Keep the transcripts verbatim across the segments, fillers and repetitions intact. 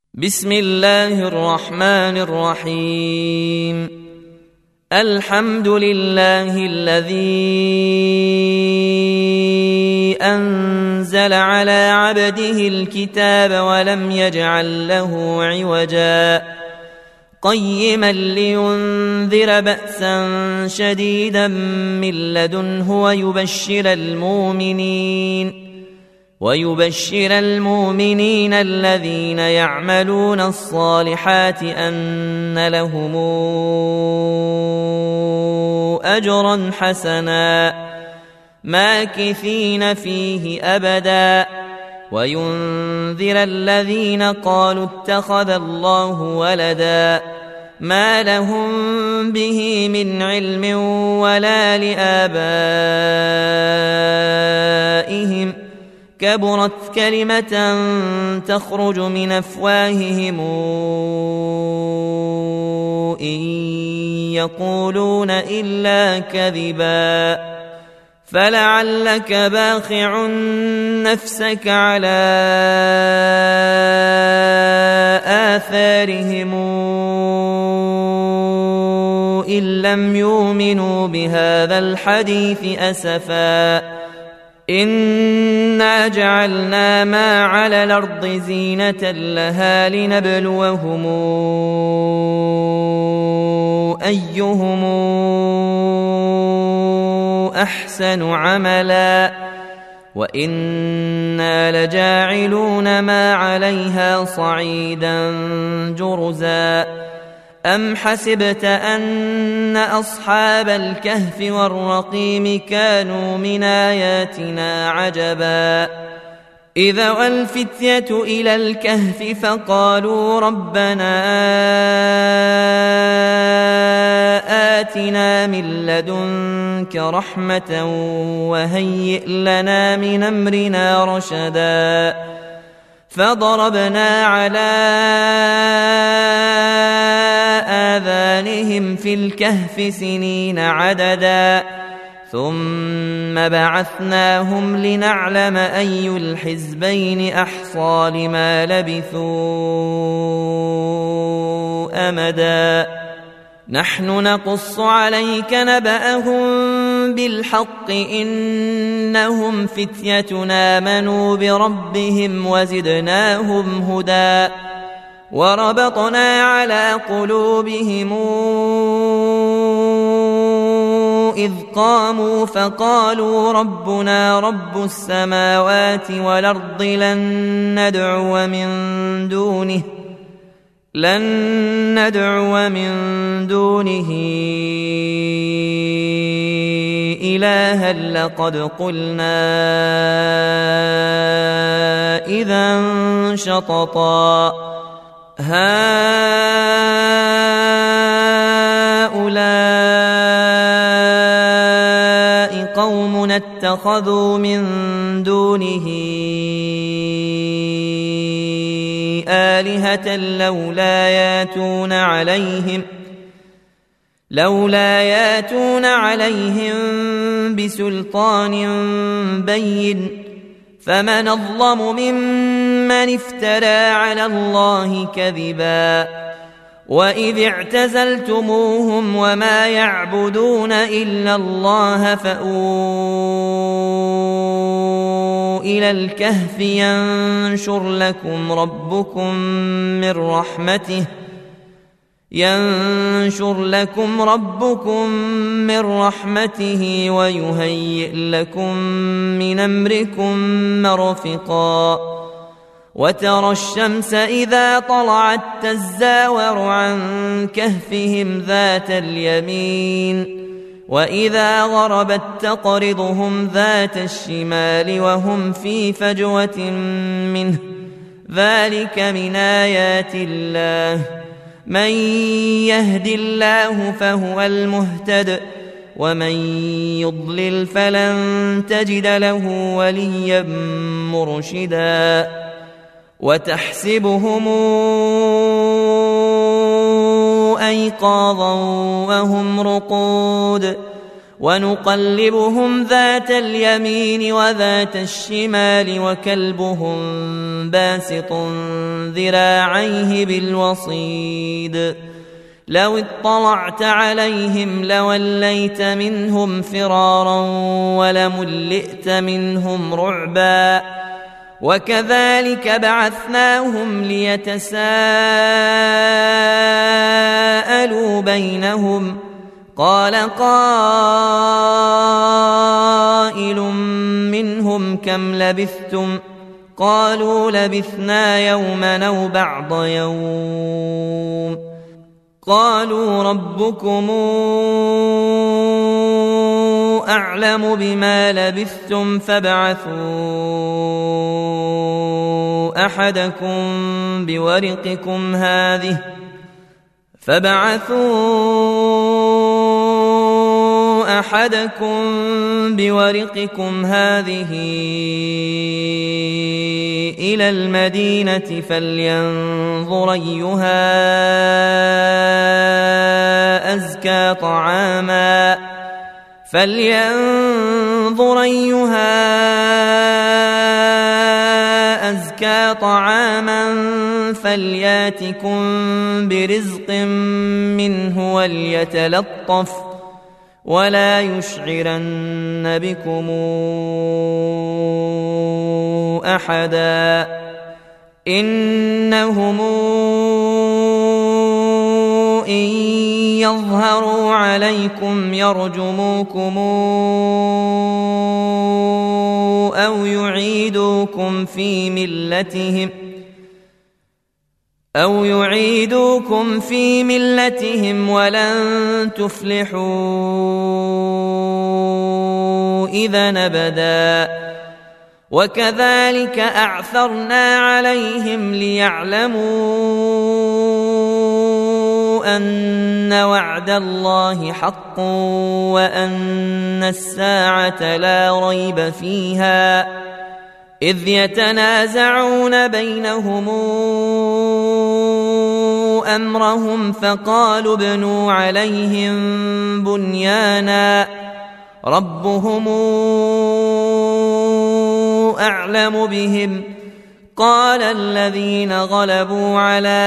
بسم الله الرحمن الرحيم. الحمد لله الذي أنزل على عبده الكتاب ولم يجعل له عوجا قيما لينذر بأسا شديدا من لدنه ويبشر المؤمنين ويبشر المؤمنين الذين يعملون الصالحات أن لهم أجرا حسنا ماكثين فيه أبدا وينذر الذين قالوا اتخذ الله ولدا ما لهم به من علم ولا لآبائهم كبرت كلمة تخرج من أفواههم إن يقولون إلا كذبا فلعلك باخع نفسك على آثارهم إن لم يؤمنوا بهذا الحديث أسفا إنا جعلنا ما على الأرض زينة لها لنبلوهم أيهم أحسن عملا وإنا لجاعلون ما عليها صعيدا جرزا أم حسبت أن أصحاب الكهف والرقيم كانوا من آياتنا عجبا إذا والفتية إلى الكهف فقالوا ربنا آتنا من لدنك رحمة وهيئ لنا من أمرنا رشدا فضربنا على آذانهم في الكهف سنين عددا ثم بعثناهم لنعلم أي الحزبين أحصى لما لبثوا أمدا نحن نقص عليك نبأهم بالحق إنهم فتية آمنوا بربهم وزدناهم هدى وربطنا على قلوبهم إذ قاموا فقالوا ربنا رب السماوات والأرض لن ندعو من دونه لن ندعو من دونه إلها لقد قلنا إذا شططا هؤلاء قوم اتخذوا من دونه آلهة لولا ياتون عليهم لولا ياتون عليهم بسلطان بين فمن أظلم ممن افترى على الله كذبا وإذ اعتزلتموهم وما يعبدون إلا الله فأووا إلى الكهف ينشر لكم ربكم من رحمته ينشر لكم ربكم من رحمته ويهيئ لكم من أمركم مرفقا وترى الشمس إذا طلعت تزاور عن كهفهم ذات اليمين وإذا غربت تقرضهم ذات الشمال وهم في فجوة منه ذلك من آيات الله من يهد الله فهو المهتد ومن يضلل فلن تجد له وليا مرشدا وتحسبهم أيقاظا وهم رقود ونقلبهم ذات اليمين وذات الشمال وكلبهم باسط ذراعيه بالوصيد لو اطلعت عليهم لوليت منهم فرارا ولملئت منهم رعبا وكذلك بعثناهم ليتساءلوا بينهم قال قائل منهم كم لبثتم قالوا لبثنا يوما أو بعض يوم قالوا ربكم أعلم بما لبثتم فابعثوا أحدكم بورقكم هذه فابعثوا أحدكم بورقكم هذه إلى المدينة فلينظر أيها أزكى طعاما فلينظر أيها أزكى طعاما فلياتكم برزق منه وليتلطف ولا يشعرن بكم أحدا إنهم إن يظهروا عليكم يرجموكم أو يعيدوكم في ملتهم أو يعيدوكم في ملتهم ولن تفلحوا إذا أبدا وكذلك أعثرنا عليهم ليعلموا أن وعد الله حق وأن الساعة لا ريب فيها إذ يتنازعون بينهم أمرهم فقالوا ابنوا عليهم بنيانا ربهم أعلم بهم قال الذين غلبوا على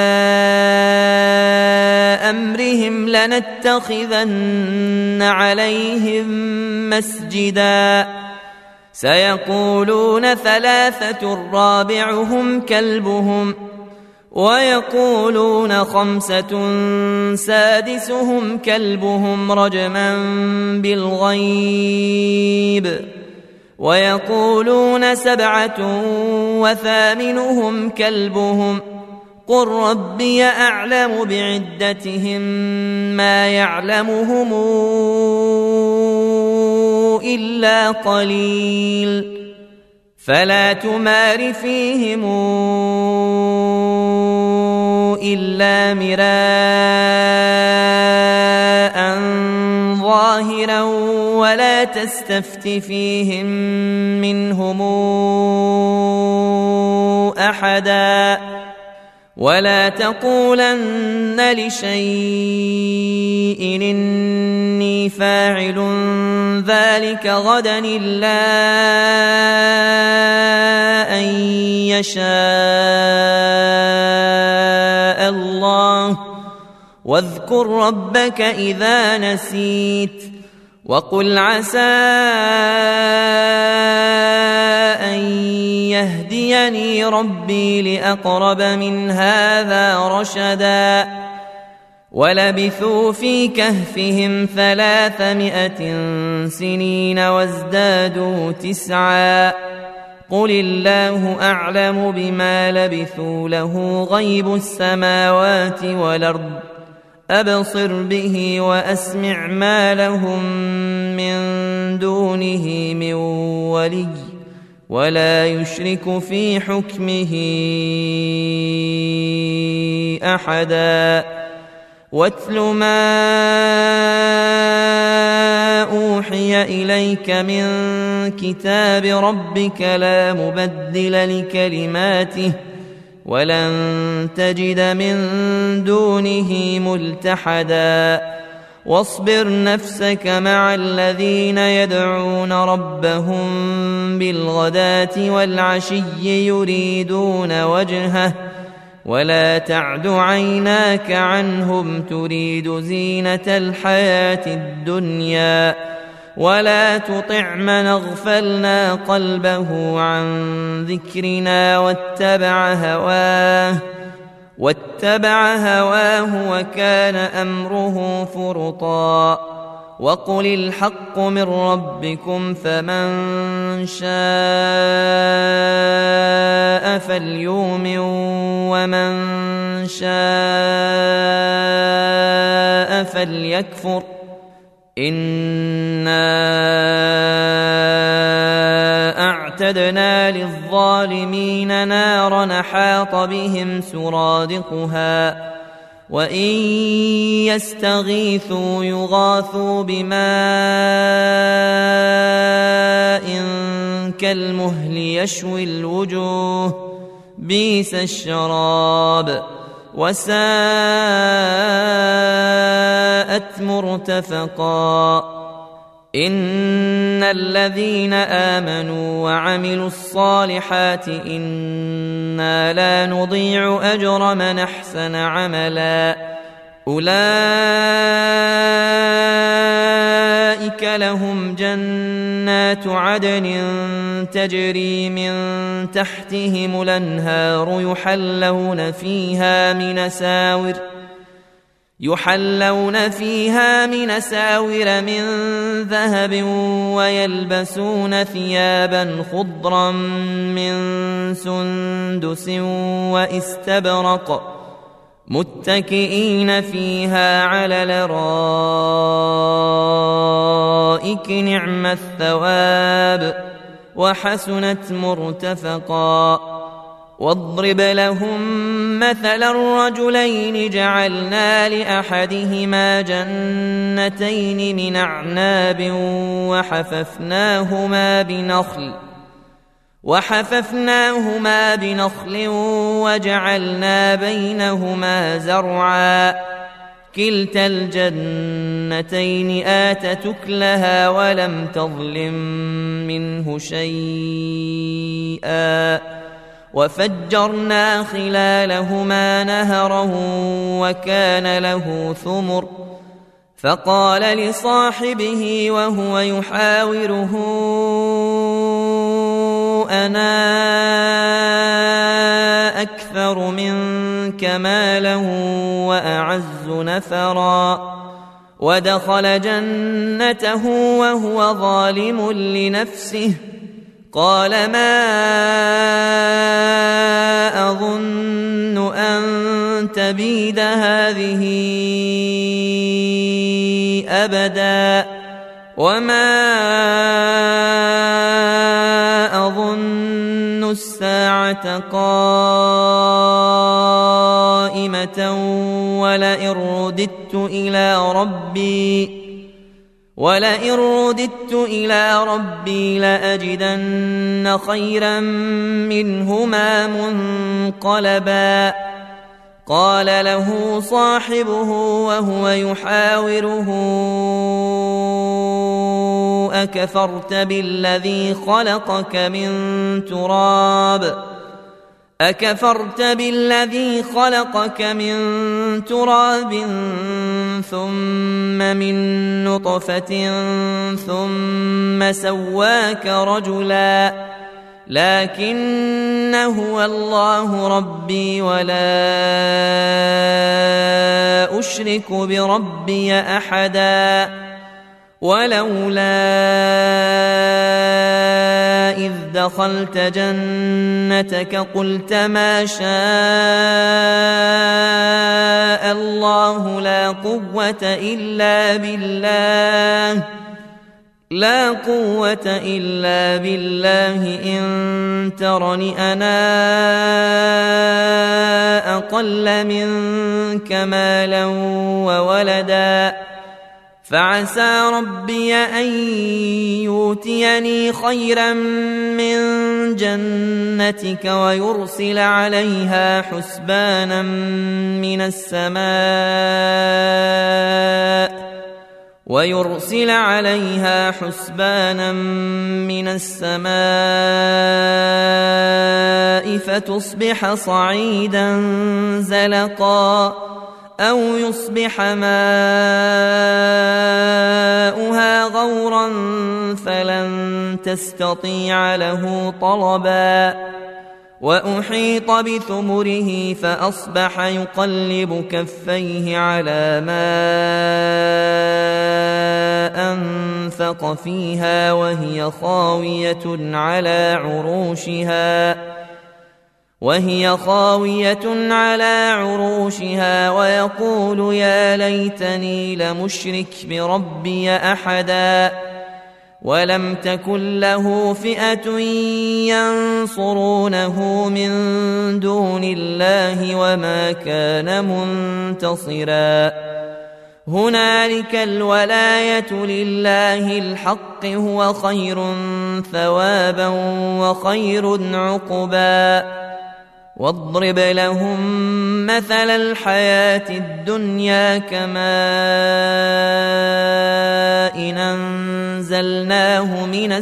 أمرهم لنتخذن عليهم مسجدا سيقولون ثلاثة رابعهم كلبهم ويقولون خمسة سادسهم كلبهم رجما بالغيب ويقولون سبعة وثامنهم كلبهم قل ربي أعلم بعدتهم ما يعلمهم إلا قليل فلا تمار فيهم إلا مراء ظاهرا ولا تستفت فيهم منهم أحدا ولا تقولن لشيء إني فاعل ذلك غدا إلا أن يشاء الله واذكر ربك إذا نسيت وقل عسى أن يهديني ربي لأقرب من هذا رشدا ولبثوا في كهفهم ثلاثمائة سنين وازدادوا تسعا قل الله أعلم بما لبثوا له غيب السماوات والأرض أبصر به وأسمع ما لهم من دونه من ولي ولا يشرك في حكمه أحدا واتل ما أوحي إليك من كتاب ربك لا مبدل لكلماته ولن تجد من دونه ملتحدا واصبر نفسك مع الذين يدعون ربهم بالغداة والعشي يريدون وجهه ولا تعد عيناك عنهم تريد زينة الحياة الدنيا ولا تطع من اغفلنا قلبه عن ذكرنا واتبع هواه واتبع هواه وكان أمره فرطا وقل الحق من ربكم فمن شاء فليؤمن ومن شاء فليكفر إنا أعتدنا للظالمين نارا حاط بهم سرادقها وإن يستغيثوا يغاثوا بماء كالمهل يشوي الوجوه بئس الشراب وساءت مرتفقا إن الذين آمنوا وعملوا الصالحات إنا لا نضيع أجر من أحسن عملا أولئك لهم جنات عدن تجري من تحتهم الأنهار يحلون فيها من ساور يحلون فيها من ساور من ذهب ويلبسون ثيابا خضرا من سندس واستبرق متكئين فيها على الأرائك نعم الثواب وحسنت مرتفقا واضرب لهم مثل الرجلين جعلنا لأحدهما جنتين من أعناب وحففناهما بنخل وحففناهما بنخل وجعلنا بينهما زرعا كلتا الجنتين آتت أكلها ولم تظلم منه شيئا وفجرنا خلالهما نهرا وكان له ثمر فقال لصاحبه وهو يحاوره أنا أكثر منك مالا وأعز نفرا ودخل جنته وهو ظالم لنفسه قال ما أظن أن تبيد هذه أبدا وما أظن الساعة قائمة ولئن رددت إلى ربي ولئن رددت إلى ربي لأجدن خيرا منهما منقلبا قال له صاحبه وهو يحاوره أكفرت بالذي خلقك من تراب أكفرت بالذي خلقك من تراب ثم من نطفة ثم سواك رجلا لكن هو الله ربي ولا أشرك بربي أحدا ولولا إذ دخلت جنتك قلت ما شاء الله لا قوة إلا بالله لا قوة إلا بالله إن ترني أنا أقل منك مالا وولدا فعسى ربي أن يؤتيني خيرا من جنتك ويرسل عليها حسبانا من السماء ويرسل عليها حسبانا من السماء فتصبح صعيدا زلقا أو يصبح ماؤها غورا فلن تستطيع له طلبا وأحيط بثمره فأصبح يقلب كفيه على ما أنفق فيها وهي خاوية على عروشها وهي خاوية على عروشها ويقول يا ليتني لمشرك بربي أحدا ولم تكن له فئة ينصرونه من دون الله وما كان منتصرا هنالك الولاية لله الحق هو خير ثوابا وخير عقبا واضرب لهم مثل الحياة الدنيا كماء إن أنزلناه من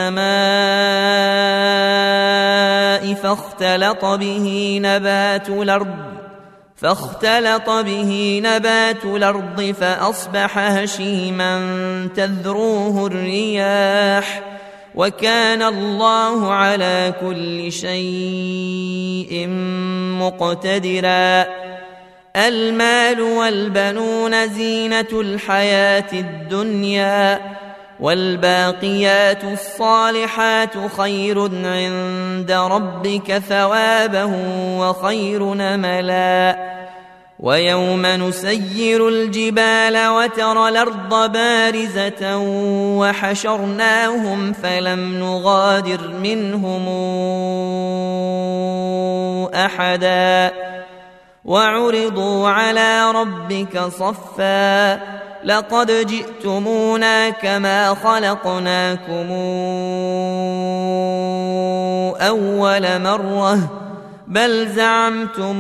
السماء فاختلط به نبات الأرض فاختلط به نبات الأرض فأصبح هشيما تذروه الرياح وكان الله على كل شيء مقتدرا المال والبنون زينة الحياة الدنيا والباقيات الصالحات خير عند ربك ثوابا وخير نملا ويوم نسير الجبال وترى الأرض بارزة وحشرناهم فلم نغادر منهم أحدا وعرضوا على ربك صفا لقد جئتمونا كما خلقناكم أول مرة بل زعمتم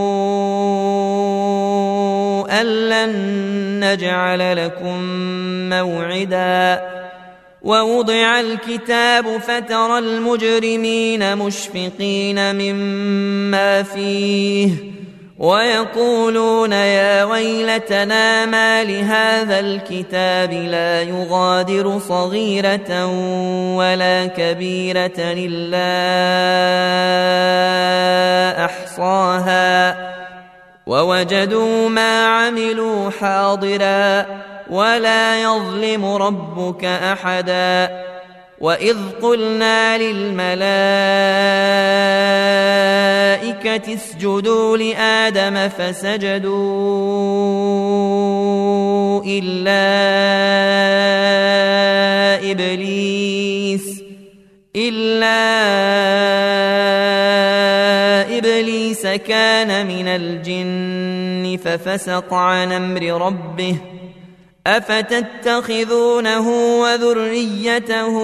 أن لن نجعل لكم موعدا ووضع الكتاب فترى المجرمين مشفقين مما فيه ويقولون يا ويلتنا ما لهذا الكتاب لا يغادر صغيرة ولا كبيرة إلا أحصاها ووجدوا ما عملوا حاضرا ولا يظلم ربك أحدا وإذ قلنا للملائكة اسجدوا لآدم فسجدوا إلا إبليس إلا إبليس كان من الجن ففسق عن أمر ربه أفتتخذونه وذريته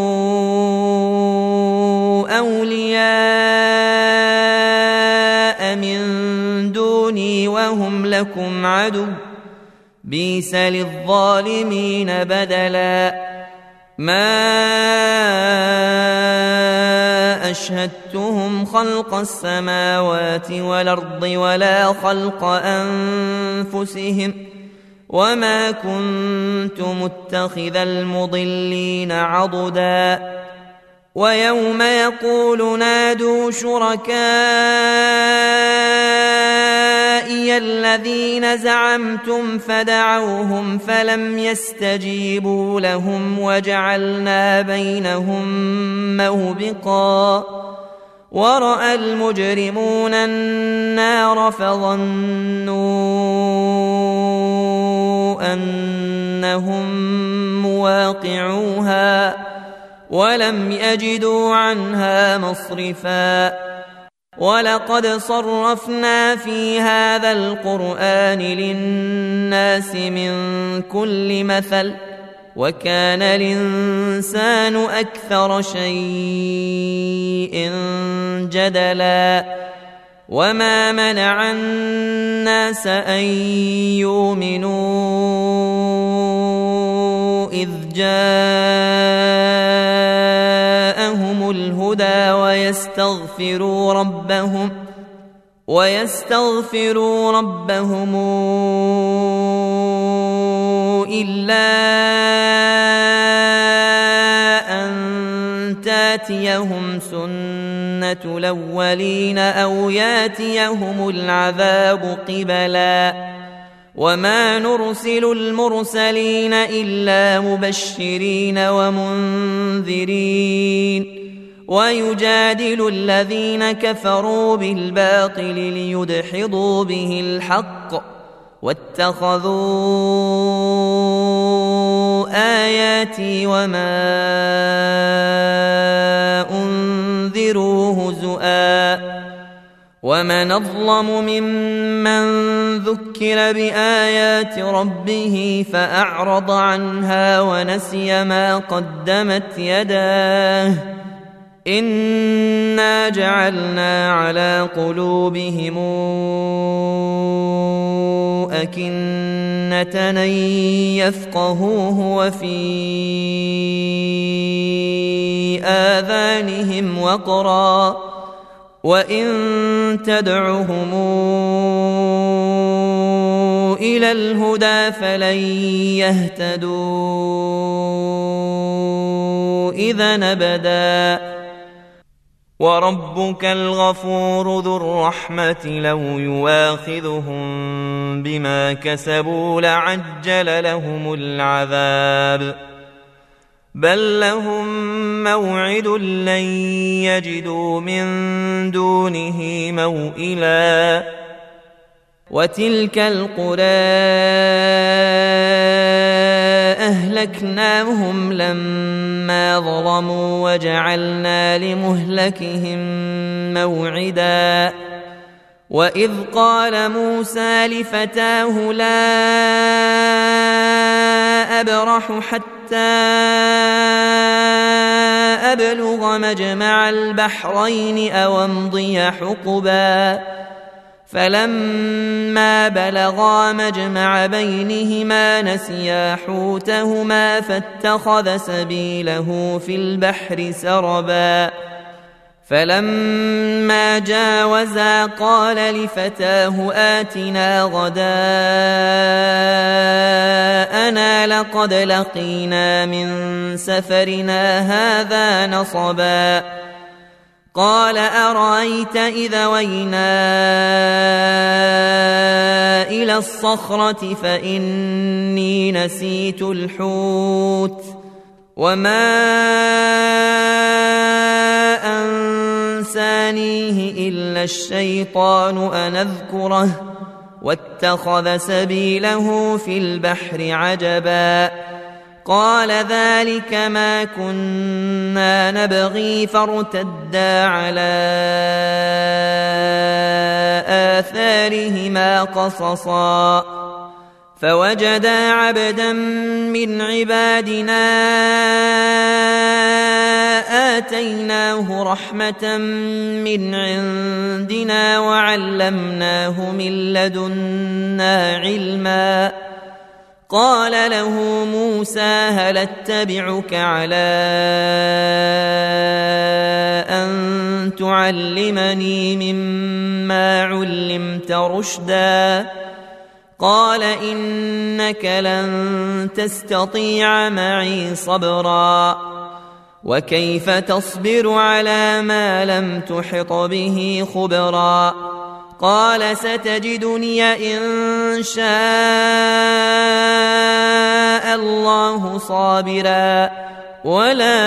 أولياء من دوني وهم لكم عدو بئس للظالمين بدلا ما أشهدتهم خلق السماوات والأرض ولا خلق أنفسهم وما كنت متخذ المضلين عضدا ويوم يقول نادوا شركائي الذين زعمتم فدعوهم فلم يستجيبوا لهم وجعلنا بينهم موبقا ورأى المجرمون النار فظنوا أنهم مواقعوها ولم يجدوا عنها مصرفا ولقد صرفنا في هذا القرآن للناس من كل مثل وكان الإنسان أكثر شيء جدلا وما منع الناس أن يؤمنوا جاءهم الهدى ويستغفروا ربهم ويستغفروا ربهم إلا أن تاتيهم سنة الأولين أو ياتيهم العذاب قبلا وما نرسل المرسلين إلا مبشرين ومنذرين ويجادل الذين كفروا بالباطل ليدحضوا به الحق واتخذوا آياتي وما أنذروا هزؤا ومن أظلم ممن ذكر بآيات ربه فأعرض عنها ونسي ما قدمت يداه إنا جعلنا على قلوبهم أكنة أن يفقهوه وفي آذانهم وقرا وإن تدعهم إلى الهدى فلن يهتدوا إذا أبدا وربك الغفور ذو الرحمة لو يواخذهم بما كسبوا لعجل لهم العذاب بل لهم موعد لن يجدوا من دونه موئلا وتلك القرى أهلكناهم لما ظلموا وجعلنا لمهلكهم موعدا وإذ قال موسى لفتاه لا أبرح حتى أبلغ مجمع البحرين أو أمضي حقبا فلما بلغا مجمع بينهما نسيا حوتهما فاتخذ سبيله في البحر سربا فلما جاوزا قال لفتاه آتنا غداءنا لقد لقينا من سفرنا هذا نصبا قال أرأيت إذا وينا إلى الصخرة فإني نسيت الحوت وما أنسانيه إلا الشيطان أن أذكره واتخذ سبيله في البحر عجبا قال ذلك ما كنا نبغي فارتدا على آثارهما قصصا فوجدا عبدا من عبادنا آتيناه رحمة من عندنا وعلمناه من لدنا علما قال له موسى هل اتبعك على أن تعلمني مما علمت رشدا قال إنك لن تستطيع معي صبرا وكيف تصبر على ما لم تحط به خبرا قال ستجدني إن شاء الله صابرا ولا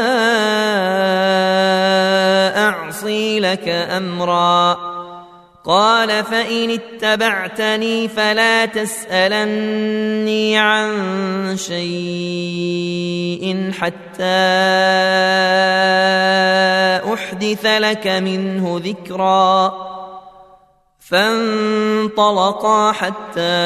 أعصي لك أمرا قال فإن اتبعتني فلا تسألني عن شيء حتى أحدث لك منه ذكرا فانطلقا حتى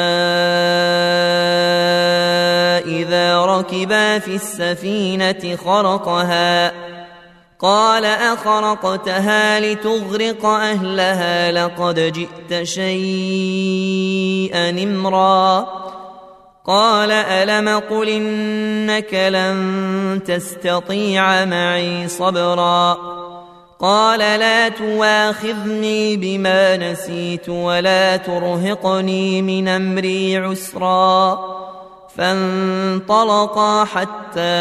إذا ركبا في السفينة خرقها قال أخرقتها لتغرق أهلها لقد جئت شيئا إمرا قال ألم قل إنك لن تستطيع معي صبرا قال لا تواخذني بما نسيت ولا ترهقني من أمري عسرا فانطلقا حتى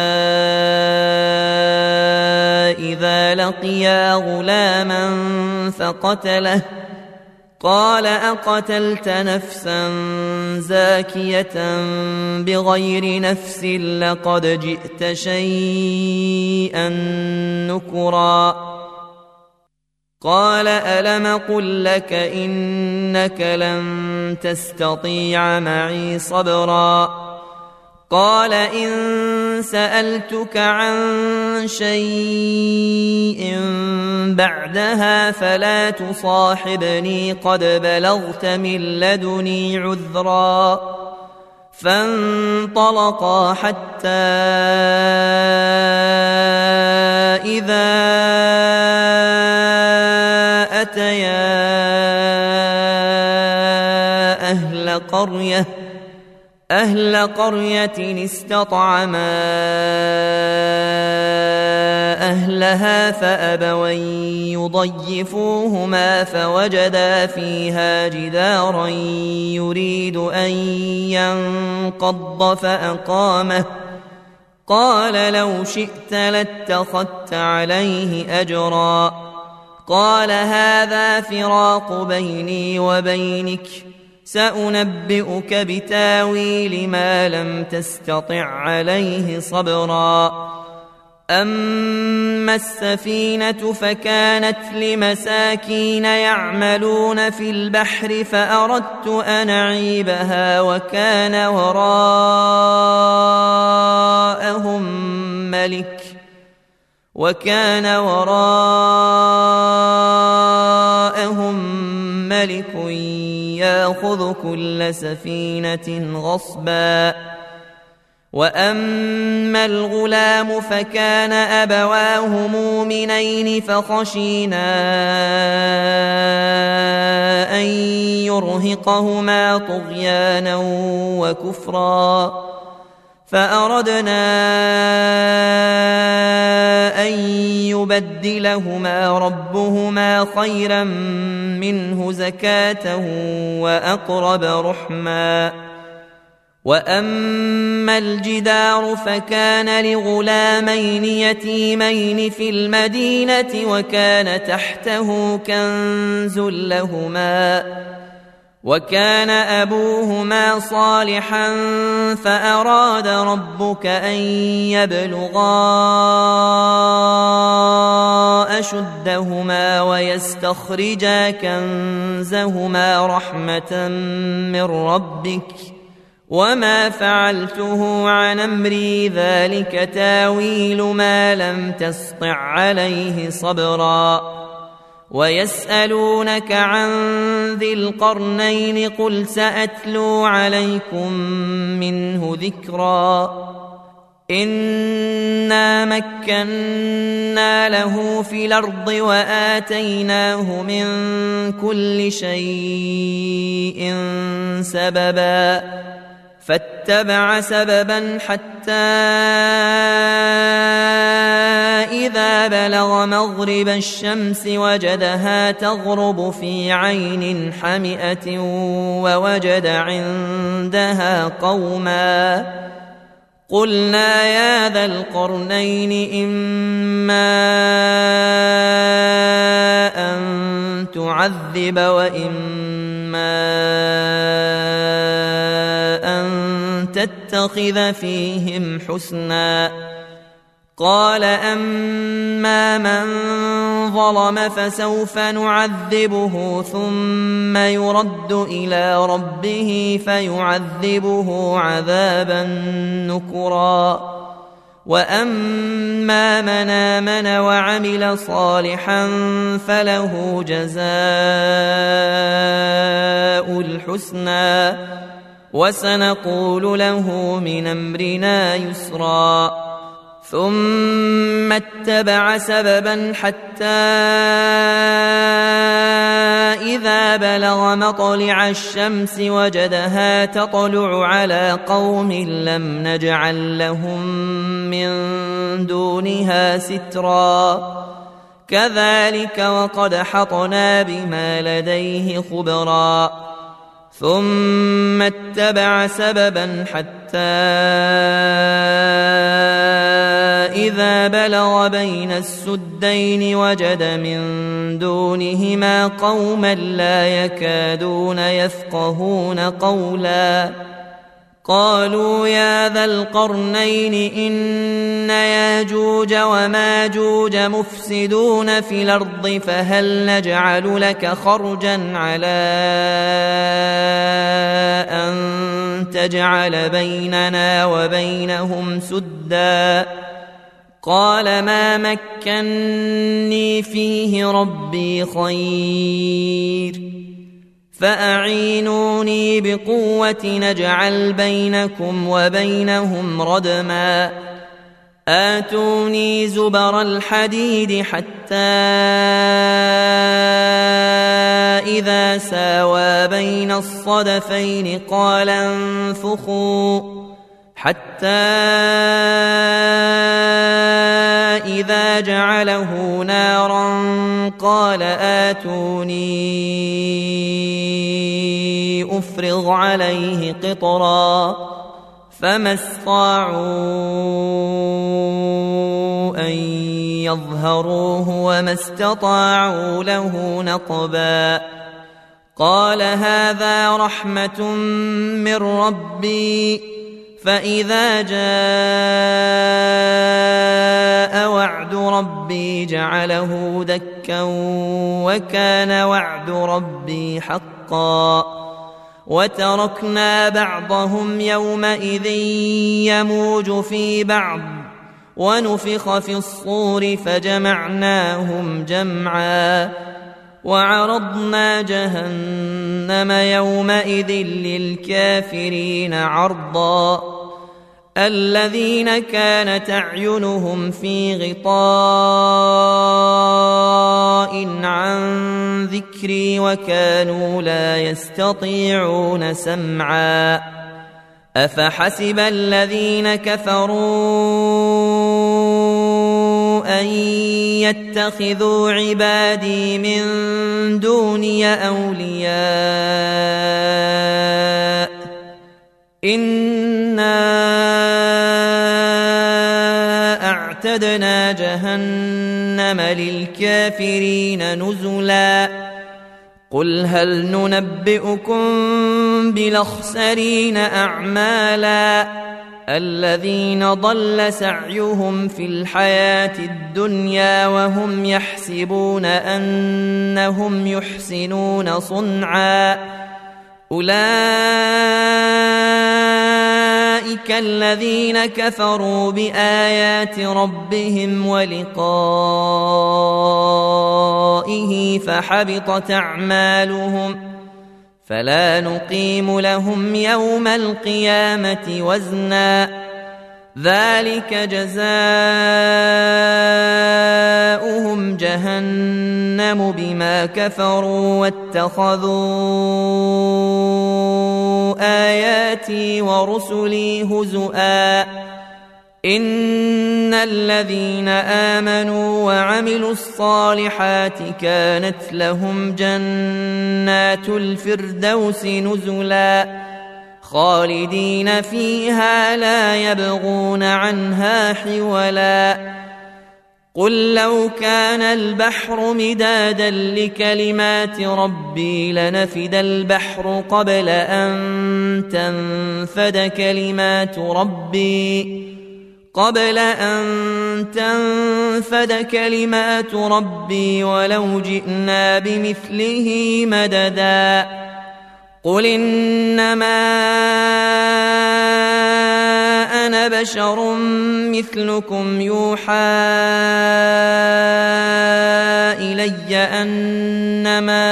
إذا لقيا غلاما فقتله قال أقتلت نفسا زاكية بغير نفس لقد جئت شيئا نكرا قال ألم قل لك إنك لن تستطيع معي صبرا قال إن سألتك عن شيء بعدها فلا تصاحبني قد بلغت من لدني عذرا فانطلقا حتى إذا أتيا أهل قرية أهل قرية استطعما أهلها فأبوا يضيفوهما فوجدا فيها جدارا يريد أن ينقض فأقامه قال لو شئت لاتخذت عليه أجرا قال هذا فراق بيني وبينك سأنبئك بتاويل ما لم تستطع عليه صبرا أما السفينة فكانت لمساكين يعملون في البحر فأردت أن أعيبها وكان وراءهم ملك وكان وراءهم ملك يأخذ كل سفينة غصبا وأما الغلام فكان أبواه مؤمنين فخشينا أن يرهقهما طغيانا وكفرا فأردنا أن يبدلهما ربهما خيرا منه زكاة وأقرب رحما وأما الجدار فكان لغلامين يتيمين في المدينة وكان تحته كنز لهما وكان أبوهما صالحا فأراد ربك أن يبلغا أشدهما ويستخرجا كنزهما رحمة من ربك وما فعلته عن أمري ذلك تاويل ما لم تسطع عليه صبرا ويسألونك عن ذي القرنين قل سأتلو عليكم منه ذكرا إنا مكنا له في الأرض وآتيناه من كل شيء سببا فاتبع سببا حتى إذا بلغ مغرب الشمس وجدها تغرب في عين حمئة ووجد عندها قوما قلنا يا ذا القرنين إما أن تعذب وإما أن تتخذ فيهم حسنا قال أما من ظلم فسوف نعذبه ثم يرد إلى ربه فيعذبه عذابا نكرا وأما من آمن وعمل صالحا فله جزاء الحسنى وسنقول له من أمرنا يسرا ثم اتبع سببا حتى إذا بلغ مطلع الشمس وجدها تطلع على قوم لم نجعل لهم من دونها سترا كذلك وقد حطنا بما لديه خبرا ثم اتبع سببا حتى إذا بلغ بين السدين وجد من دونهما قوما لا يكادون يفقهون قولا قالوا يا ذا القرنين إن ياجوج وماجوج مفسدون في الأرض فهل نجعل لك خرجا على أن تجعل بيننا وبينهم سدا قال ما مكني فيه ربي خير فأعينوني بقوة نجعل بينكم وبينهم ردما آتوني زبر الحديد حتى إذا ساوى بين الصدفين قال انفخوا حتى إذا جعله نارا قال آتوني أفرغ عليه قطرا فما استطاعوا أن يظهروه وما استطاعوا له نقبا قال هذا رحمة من ربي فإذا جاء وعد ربي جعله دكا وكان وعد ربي حقا وتركنا بعضهم يومئذ يموج في بعض ونفخ في الصور فجمعناهم جمعا وعرضنا جهنم يومئذ للكافرين عرضا الذين كانت أعينهم في غطاء عن ذكري وكانوا لا يستطيعون سمعا أفحسب الذين كفروا أن يتخذوا عبادي من دوني أولياء إنا أعتدنا جهنم للكافرين نزلا قل هل ننبئكم بالأخسرين أعمالا الذين ضل سعيهم في الحياة الدنيا وهم يحسبون أنهم يحسنون صنعا أولئك الذين كفروا بآيات ربهم ولقائه فحبطت أعمالهم فلا نقيم لهم يوم القيامة وزنا ذلك جزاؤهم جهنم بما كفروا واتخذوا آياتي ورسلي هزؤا إن الذين آمنوا وعملوا الصالحات كانت لهم جنات الفردوس نزلا خالدين فيها لا يبغون عنها حولا قل لو كان البحر مدادا لكلمات ربي لنفد البحر قبل أن تنفد كلمات ربي قبل أن تنفد كلمات ربي ولو جئنا بمثله مددا قل إنما أنا بشر مثلكم يوحى إلي أنما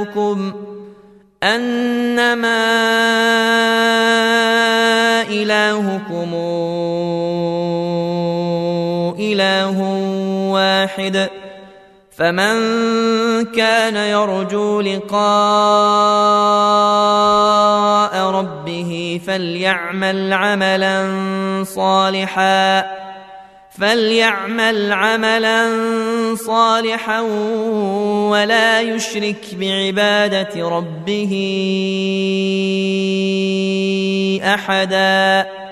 إلهكم أنما إلهكم إلهكم إله واحد فمن كان يرجو لقاء ربه فليعمل عملا صالحا فليعمل عملا صالحا ولا يشرك بعبادة ربه أحدا.